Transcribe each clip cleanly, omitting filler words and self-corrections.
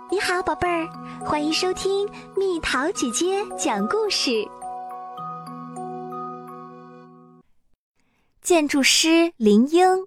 你好，宝贝儿，欢迎收听蜜桃姐姐讲故事。建筑师林英。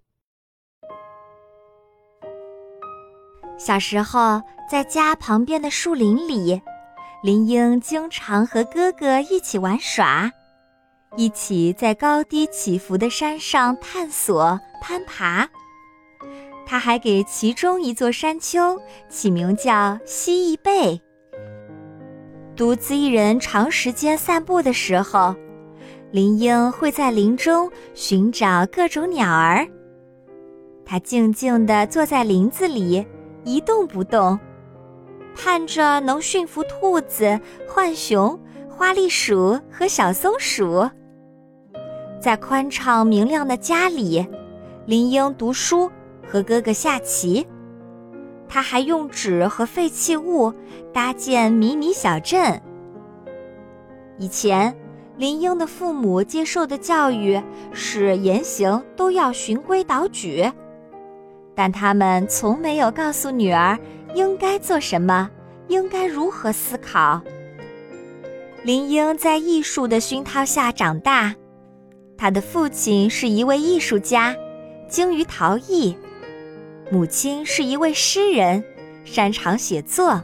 小时候，在家旁边的树林里，林英经常和哥哥一起玩耍，一起在高低起伏的山上探索、攀爬。他还给其中一座山丘起名叫蜥蜴背。独自一人长时间散步的时候，林英会在林中寻找各种鸟儿。他静静地坐在林子里，一动不动，盼着能驯服兔子、浣熊、花栗鼠和小松鼠。在宽敞明亮的家里，林英读书，和哥哥下棋。他还用纸和废弃物搭建迷你小镇。以前，林英的父母接受的教育是言行都要循规蹈矩，但他们从没有告诉女儿应该做什么，应该如何思考。林英在艺术的熏陶下长大，他的父亲是一位艺术家，精于陶艺。母亲是一位诗人，擅长写作。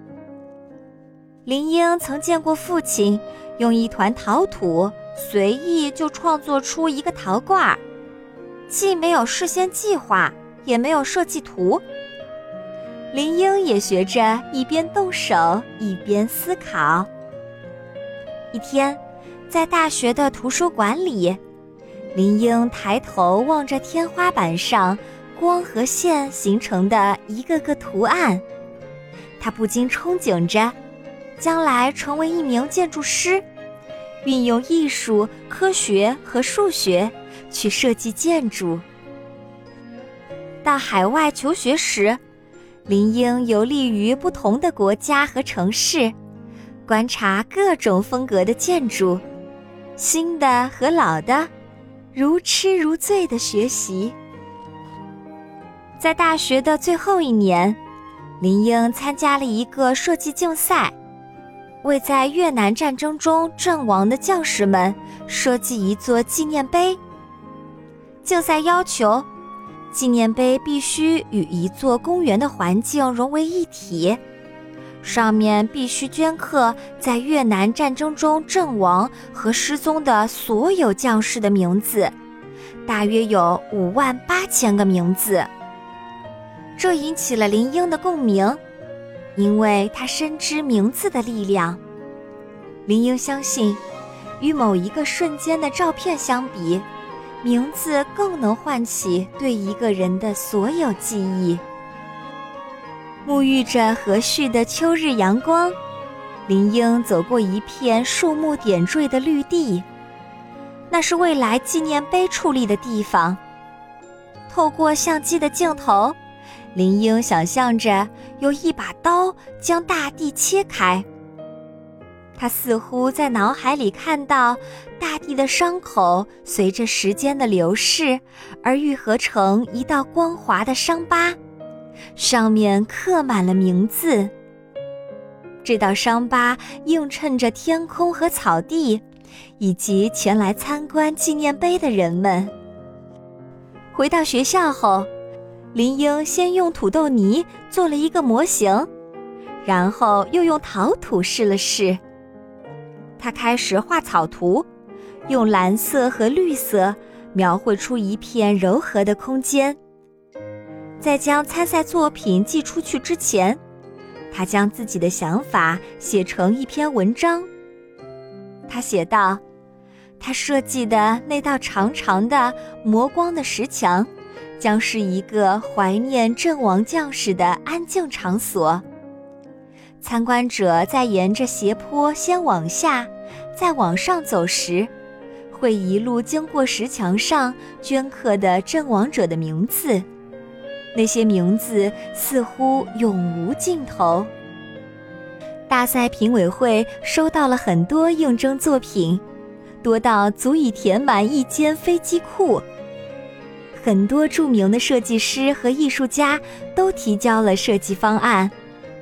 林英曾见过父亲用一团陶土随意就创作出一个陶罐，既没有事先计划，也没有设计图。林英也学着一边动手一边思考。一天，在大学的图书馆里，林英抬头望着天花板上光和线形成的一个个图案，他不禁憧憬着将来成为一名建筑师，运用艺术、科学和数学去设计建筑。到海外求学时，林英游历于不同的国家和城市，观察各种风格的建筑，新的和老的，如痴如醉地学习。在大学的最后一年，林英参加了一个设计竞赛，为在越南战争中阵亡的将士们设计一座纪念碑。竞赛要求，纪念碑必须与一座公园的环境融为一体，上面必须镌刻在越南战争中阵亡和失踪的所有将士的名字，大约有58000个名字。这引起了林英的共鸣，因为他深知名字的力量。林英相信，与某一个瞬间的照片相比，名字更能唤起对一个人的所有记忆。沐浴着和煦的秋日阳光，林英走过一片树木点缀的绿地，那是未来纪念碑矗立的地方。透过相机的镜头，林英想象着有一把刀将大地切开。他似乎在脑海里看到大地的伤口随着时间的流逝而愈合成一道光滑的伤疤，上面刻满了名字。这道伤疤映衬着天空和草地，以及前来参观纪念碑的人们。回到学校后，林英先用土豆泥做了一个模型，然后又用陶土试了试。他开始画草图，用蓝色和绿色描绘出一片柔和的空间。在将参赛作品寄出去之前，他将自己的想法写成一篇文章。他写道，他设计的那道长长的磨光的石墙将是一个怀念阵亡将士的安静场所。参观者在沿着斜坡先往下，再往上走时，会一路经过石墙上镌刻的阵亡者的名字，那些名字似乎永无尽头。大赛评委会收到了很多应征作品，多到足以填满一间飞机库。很多著名的设计师和艺术家都提交了设计方案。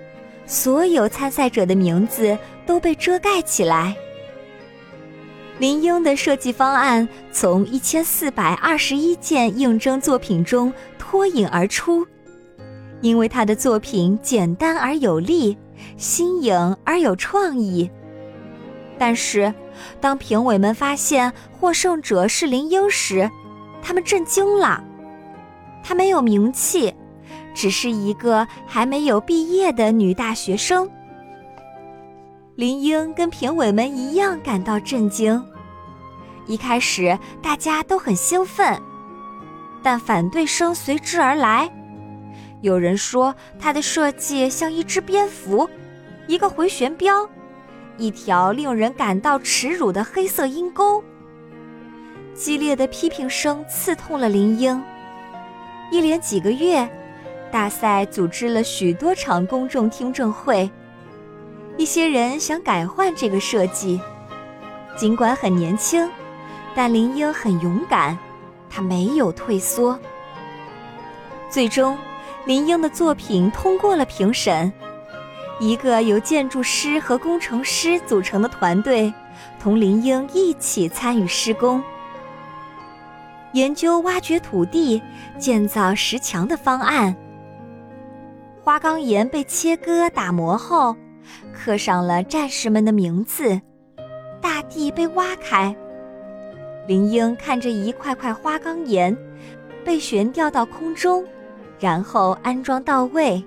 所有参赛者的名字都被遮盖起来。林英的设计方案从1421件应征作品中脱颖而出，因为他的作品简单而有力，新颖而有创意。但是，当评委们发现获胜者是林英时，他们震惊了。她没有名气，只是一个还没有毕业的女大学生。林英跟评委们一样感到震惊。一开始大家都很兴奋，但反对声随之而来。有人说她的设计像一只蝙蝠，一个回旋镖，一条令人感到耻辱的黑色阴沟。激烈的批评声刺痛了林英。一连几个月，大赛组织了许多场公众听证会。一些人想改换这个设计，尽管很年轻，但林英很勇敢，她没有退缩。最终，林英的作品通过了评审。一个由建筑师和工程师组成的团队，同林英一起参与施工，研究挖掘土地、建造石墙的方案。花岗岩被切割打磨后，刻上了战士们的名字。大地被挖开，林英看着一块块花岗岩被悬吊到空中，然后安装到位。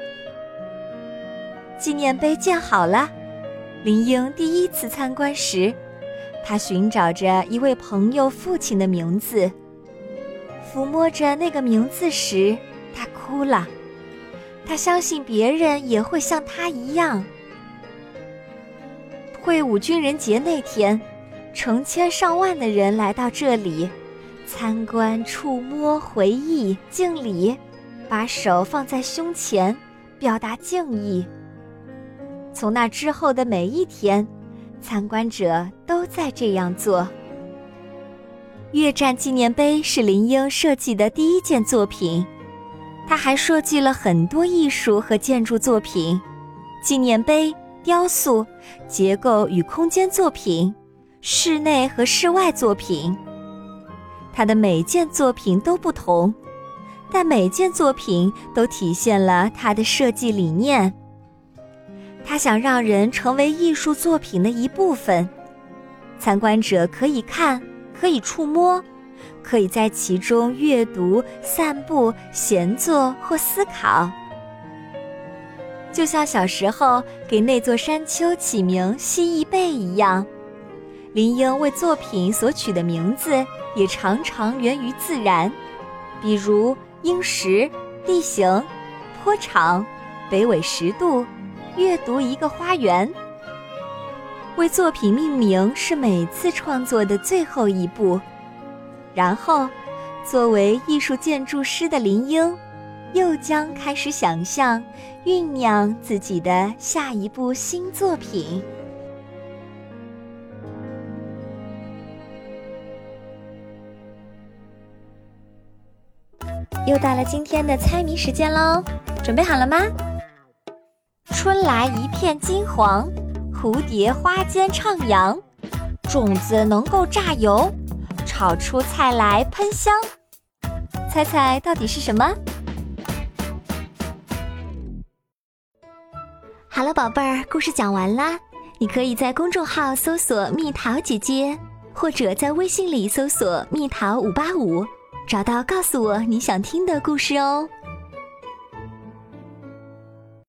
纪念碑建好了，林英第一次参观时，她寻找着一位朋友父亲的名字。抚摸着那个名字时，她哭了。她相信别人也会像她一样。退伍军人节那天，成千上万的人来到这里，参观、触摸、回忆、敬礼，把手放在胸前，表达敬意。从那之后的每一天，参观者都在这样做。越战纪念碑是林英设计的第一件作品，他还设计了很多艺术和建筑作品，纪念碑、雕塑、结构与空间作品、室内和室外作品。他的每件作品都不同，但每件作品都体现了他的设计理念。他想让人成为艺术作品的一部分，参观者可以看，可以触摸，可以在其中阅读、散步、闲坐或思考。就像小时候给那座山丘起名蜥蜴背一样，林英为作品所取的名字也常常源于自然，比如鹰石、地形、坡场、北纬10度、阅读一个花园。为作品命名是每次创作的最后一步，然后作为艺术建筑师的林英又将开始想象、酝酿自己的下一部新作品。又到了今天的猜谜时间喽，准备好了吗？春来一片金黄，蝴蝶花间徜徉，种子能够榨油，炒出菜来喷香。猜猜到底是什么？好了，宝贝儿，故事讲完啦。你可以在公众号搜索蜜桃姐姐，或者在微信里搜索蜜桃585，找到告诉我你想听的故事哦。